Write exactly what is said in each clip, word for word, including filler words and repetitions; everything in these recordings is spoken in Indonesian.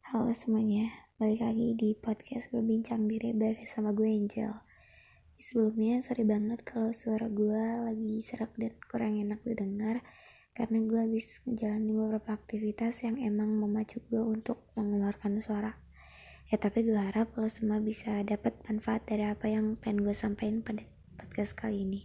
Halo semuanya, balik lagi di podcast Berbincang Diri bersama gue Angel. Sebelumnya sorry banget kalau suara gue lagi serak dan kurang enak didengar, karena gue habis ngejalanin beberapa aktivitas yang emang memacu gue untuk mengeluarkan suara. Ya tapi gue harap kalau semua bisa dapat manfaat dari apa yang pengen gue sampaikan pada podcast kali ini.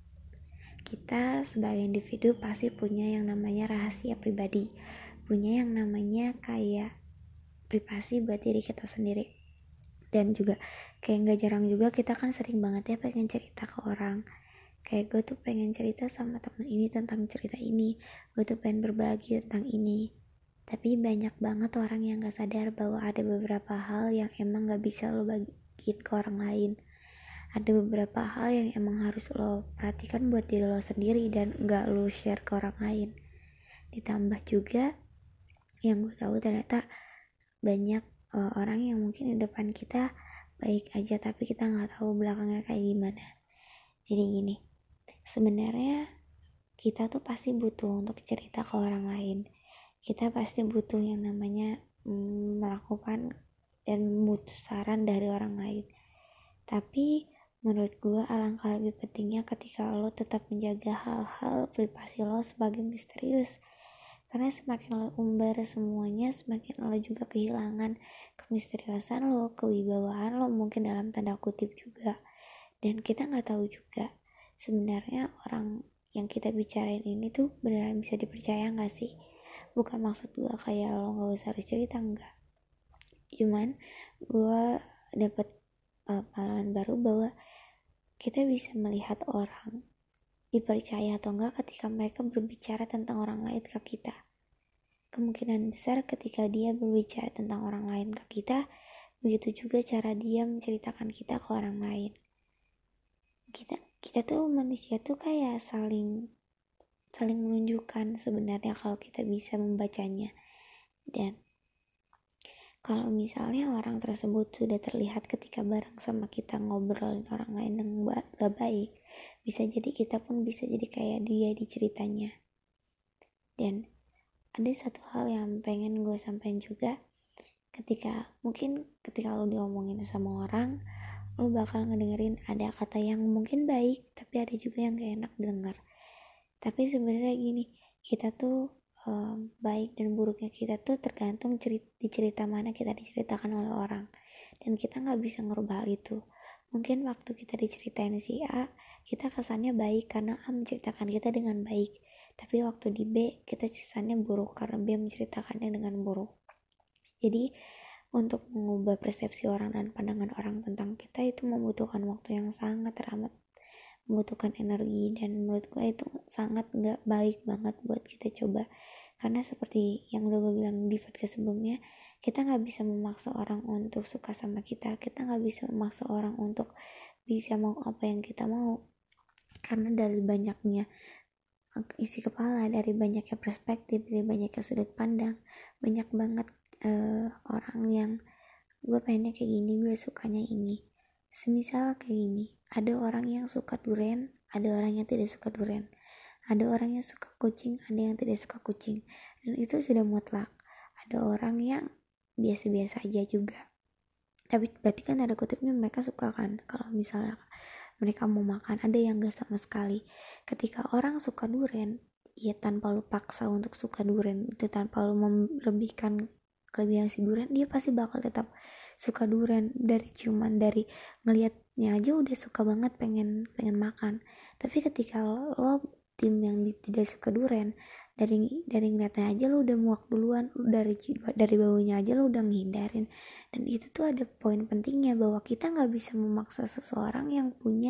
Kita sebagai individu pasti punya yang namanya rahasia pribadi, punya yang namanya kayak privasi buat diri kita sendiri. Dan juga kayak gak jarang juga kita kan sering banget ya pengen cerita ke orang. Kayak gue tuh pengen cerita sama temen ini tentang cerita ini, gue tuh pengen berbagi tentang ini. Tapi banyak banget orang yang gak sadar bahwa ada beberapa hal yang emang gak bisa lo bagiin ke orang lain. Ada beberapa hal yang emang harus lo perhatikan buat diri lo sendiri dan gak lo share ke orang lain. Ditambah juga yang gue tahu ternyata banyak uh, orang yang mungkin di depan kita baik aja tapi kita nggak tahu belakangnya kayak gimana. Jadi gini, sebenarnya kita tuh pasti butuh untuk cerita ke orang lain. Kita pasti butuh yang namanya mm, melakukan dan butuh saran dari orang lain. Tapi menurut gue alangkah lebih pentingnya ketika lo tetap menjaga hal-hal privasi lo sebagai misterius. Karena semakin lo umbar semuanya, semakin lo juga kehilangan kemisteriusan lo, kewibawaan lo mungkin dalam tanda kutip juga. Dan kita gak tahu juga sebenarnya orang yang kita bicarain ini tuh beneran bisa dipercaya gak sih? Bukan maksud gue kayak lo gak usah harus cerita, enggak. Cuman gue dapet uh, pengalaman baru bahwa kita bisa melihat orang dipercaya atau enggak ketika mereka berbicara tentang orang lain ke kita. Kemungkinan besar ketika dia berbicara tentang orang lain ke kita, begitu juga cara dia menceritakan kita ke orang lain. Kita kita tuh manusia tuh kayak saling saling menunjukkan sebenarnya kalau kita bisa membacanya. Dan kalau misalnya orang tersebut sudah terlihat ketika bareng sama kita ngobrolin orang lain yang gak baik, bisa jadi kita pun bisa jadi kayak dia di ceritanya. Dan ada satu hal yang pengen gue sampaikan juga, ketika mungkin ketika lo diomongin sama orang, lo bakal ngedengerin ada kata yang mungkin baik, tapi ada juga yang gak enak denger. Tapi sebenarnya gini, kita tuh um, baik dan buruknya kita tuh tergantung cerita, di cerita mana kita diceritakan oleh orang. Dan kita gak bisa ngerubah hal itu. Mungkin waktu kita diceritain si A, kita kesannya baik karena A menceritakan kita dengan baik. Tapi waktu di B, kita kesannya buruk karena B menceritakannya dengan buruk. Jadi untuk mengubah persepsi orang dan pandangan orang tentang kita itu membutuhkan waktu yang sangat teramat, membutuhkan energi, dan menurut gue itu sangat gak baik banget buat kita coba. Karena seperti yang udah gue bilang di podcast sebelumnya, kita gak bisa memaksa orang untuk suka sama kita, kita gak bisa memaksa orang untuk bisa mau apa yang kita mau. Karena dari banyaknya isi kepala, dari banyaknya perspektif, dari banyaknya sudut pandang, banyak banget uh, orang yang gue pengennya kayak gini, gue sukanya ini. Semisal kayak gini, ada orang yang suka durian, ada orang yang tidak suka durian, ada orang yang suka kucing, ada yang tidak suka kucing, dan itu sudah mutlak. Ada orang yang biasa-biasa aja juga, tapi berarti kan ada kutipnya mereka suka kan. Kalau misalnya mereka mau makan, ada yang gak sama sekali. Ketika orang suka durian, ya tanpa lu paksa untuk suka durian itu, tanpa lu melebihkan kelebihan si durian, dia pasti bakal tetap suka durian. Dari ciuman, dari ngelihatnya aja udah suka banget, pengen pengen makan. Tapi ketika lo, lo tim yang tidak suka durian, dari dari ngeliatnya aja lo udah muak duluan, dari dari baunya aja lo udah ngehindarin. Dan itu tuh ada poin pentingnya, bahwa kita nggak bisa memaksa seseorang yang punya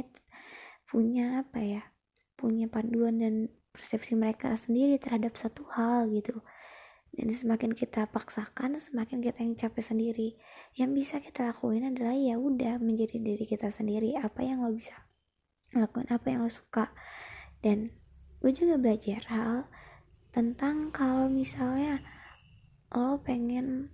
punya apa ya punya panduan dan persepsi mereka sendiri terhadap satu hal gitu. Dan semakin kita paksakan, semakin kita yang capek sendiri. Yang bisa kita lakuin adalah ya udah menjadi diri kita sendiri. Apa yang lo bisa lakuin, apa yang lo suka. Dan gue juga belajar hal tentang kalau misalnya lo pengen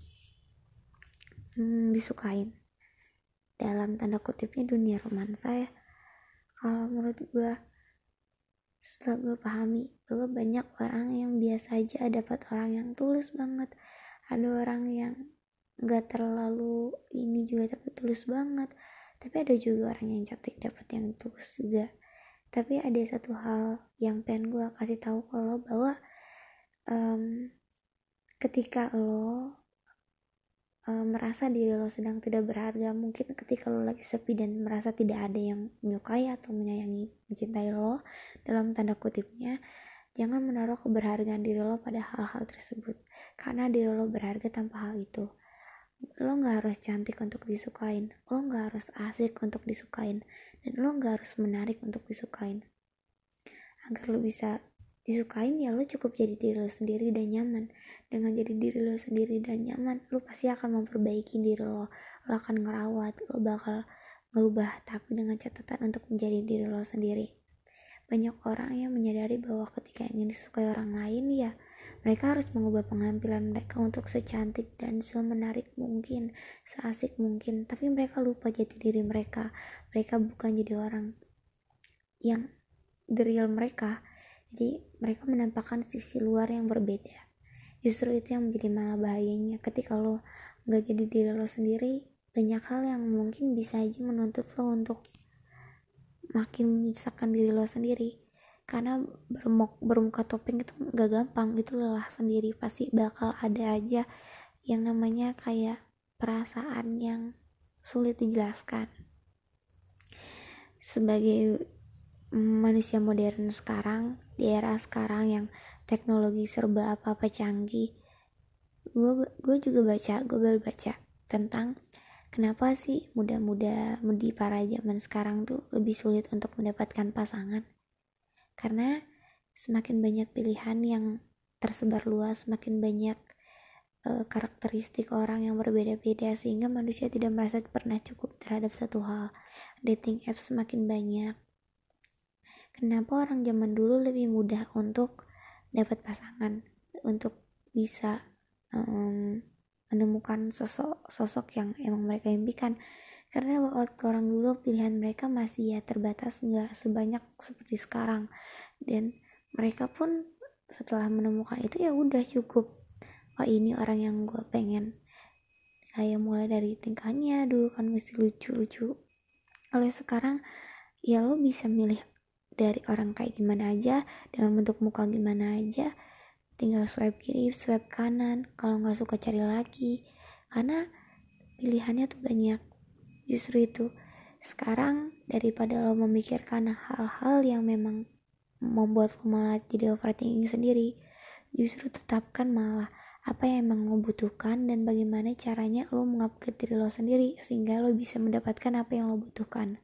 hmm, disukain dalam tanda kutipnya dunia romansa ya. Kalau menurut gue, setelah gue pahami bahwa banyak orang yang biasa aja dapat orang yang tulus banget, ada orang yang nggak terlalu ini juga tapi tulus banget. Tapi ada juga orang yang cantik dapat yang tulus juga. Tapi ada satu hal yang pengen gue kasih tahu ke lo, bahwa um, ketika lo um, merasa diri lo sedang tidak berharga, mungkin ketika lo lagi sepi dan merasa tidak ada yang menyukai atau menyayangi, mencintai lo dalam tanda kutipnya, jangan menaruh keberhargaan diri lo pada hal-hal tersebut, karena diri lo berharga tanpa hal itu. Lo gak harus cantik untuk disukain, lo gak harus asik untuk disukain, dan lo gak harus menarik untuk disukain. Agar lo bisa disukain, ya lo cukup jadi diri lo sendiri dan nyaman. Dengan jadi diri lo sendiri dan nyaman, lo pasti akan memperbaiki diri lo. Lo akan ngerawat, lo bakal ngerubah, tapi dengan catatan untuk menjadi diri lo sendiri. Banyak orang yang menyadari bahwa ketika ingin disukai orang lain, ya mereka harus mengubah penampilan mereka untuk secantik dan semenarik mungkin, seasik mungkin. Tapi mereka lupa jati diri mereka. Mereka bukan jadi orang yang the real mereka. Jadi mereka menampakkan sisi luar yang berbeda. Justru itu yang menjadi malah bahayanya. Ketika lo gak jadi diri lo sendiri, banyak hal yang mungkin bisa aja menuntut lo untuk makin menyisakan diri lo sendiri. Karena bermuk, bermuka topeng itu gak gampang, itu lelah sendiri. Pasti bakal ada aja yang namanya kayak perasaan yang sulit dijelaskan. Sebagai manusia modern sekarang, di era sekarang yang teknologi serba apa-apa canggih, gue gue juga baca, gue baru baca tentang kenapa sih muda-muda di para zaman sekarang tuh lebih sulit untuk mendapatkan pasangan. Karena semakin banyak pilihan yang tersebar luas, semakin banyak uh, karakteristik orang yang berbeda-beda, sehingga manusia tidak merasa pernah cukup terhadap satu hal. Dating apps semakin banyak. Kenapa orang zaman dulu lebih mudah untuk dapat pasangan, untuk bisa um, menemukan sosok sosok yang emang mereka impikan? Karena waktu orang dulu pilihan mereka masih ya terbatas, nggak sebanyak seperti sekarang, dan mereka pun setelah menemukan itu ya udah cukup, oh ini orang yang gue pengen. Kayak mulai dari tingkahnya dulu kan mesti lucu-lucu, kalau sekarang ya lo bisa milih dari orang kayak gimana aja, dengan bentuk muka gimana aja, tinggal swipe kiri swipe kanan, kalau nggak suka cari lagi, karena pilihannya tuh banyak. Justru itu, sekarang daripada lo memikirkan hal-hal yang memang membuat lo malah jadi overthinking sendiri, justru tetapkan malah apa yang emang lo butuhkan dan bagaimana caranya lo mengupgrade diri lo sendiri sehingga lo bisa mendapatkan apa yang lo butuhkan.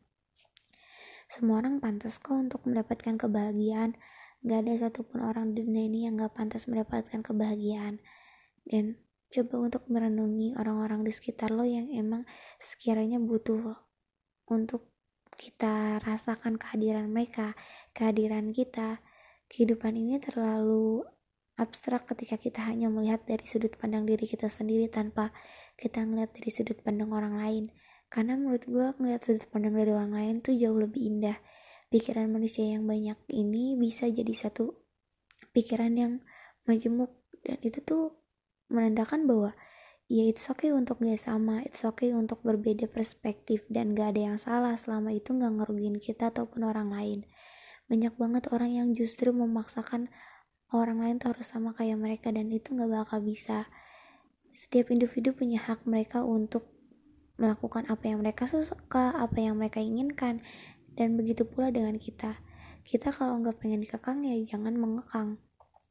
Semua orang pantas kok untuk mendapatkan kebahagiaan. Gak ada satupun orang di dunia ini yang gak pantas mendapatkan kebahagiaan. Dan coba untuk merenungi orang-orang di sekitar lo yang emang sekiranya butuh untuk kita rasakan kehadiran mereka, kehadiran kita. Kehidupan ini terlalu abstrak ketika kita hanya melihat dari sudut pandang diri kita sendiri tanpa kita ngeliat dari sudut pandang orang lain. Karena menurut gue ngeliat sudut pandang dari orang lain tuh jauh lebih indah. Pikiran manusia yang banyak ini bisa jadi satu pikiran yang majemuk, dan itu tuh menandakan bahwa ya it's okay untuk gak sama, it's okay untuk berbeda perspektif, dan gak ada yang salah selama itu gak ngerugiin kita ataupun orang lain. Banyak banget orang yang justru memaksakan orang lain tuh harus sama kayak mereka, dan itu gak bakal bisa. Setiap individu punya hak mereka untuk melakukan apa yang mereka suka, apa yang mereka inginkan, dan begitu pula dengan kita. Kita kalau gak pengen dikekang ya jangan mengekang.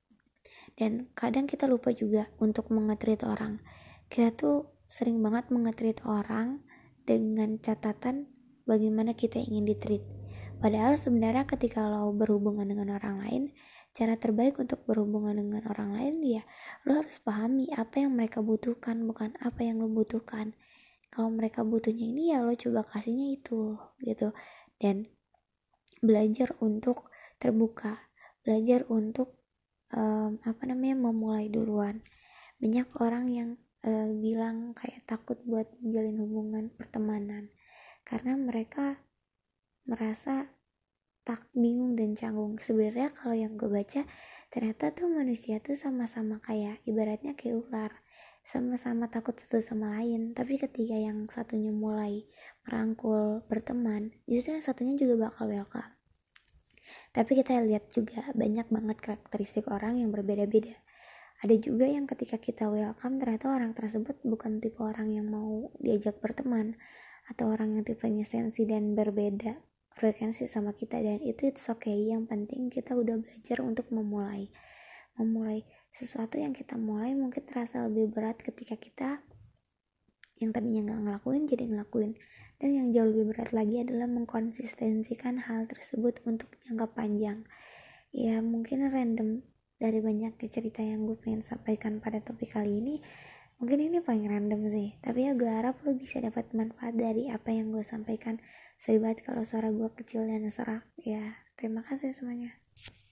Dan kadang kita lupa juga untuk mengetreat orang. Kita tuh sering banget mengetreat orang dengan catatan bagaimana kita ingin ditreat. Padahal sebenarnya ketika lo berhubungan dengan orang lain, cara terbaik untuk berhubungan dengan orang lain ya lo harus pahami apa yang mereka butuhkan, bukan apa yang lo butuhkan. Kalau mereka butuhnya ini ya lo coba kasihnya itu gitu. Dan belajar untuk terbuka, belajar untuk Um, apa namanya memulai duluan. Banyak orang yang uh, bilang kayak takut buat menjalin hubungan pertemanan karena mereka merasa tak bingung dan canggung. Sebenarnya kalau yang gue baca ternyata tuh manusia tuh sama-sama kayak ibaratnya kayak ular, sama-sama takut satu sama lain. Tapi ketika yang satunya mulai merangkul, berteman, justru yang satunya juga bakal welcome. Tapi kita lihat juga banyak banget karakteristik orang yang berbeda-beda. Ada juga yang ketika kita welcome, ternyata orang tersebut bukan tipe orang yang mau diajak berteman, atau orang yang tipenya sensi dan berbeda frekuensi sama kita, dan itu it's okay. Yang penting kita udah belajar untuk memulai memulai sesuatu yang kita mulai mungkin terasa lebih berat ketika kita yang tadinya nggak ngelakuin jadi ngelakuin, dan yang jauh lebih berat lagi adalah mengkonsistensikan hal tersebut untuk jangka panjang. Ya mungkin random dari banyak cerita yang gue pengen sampaikan pada topik kali ini, mungkin ini paling random sih, tapi ya gue harap lo bisa dapat manfaat dari apa yang gue sampaikan. Sorry banget kalau suara gue kecil dan serak ya. Terima kasih semuanya.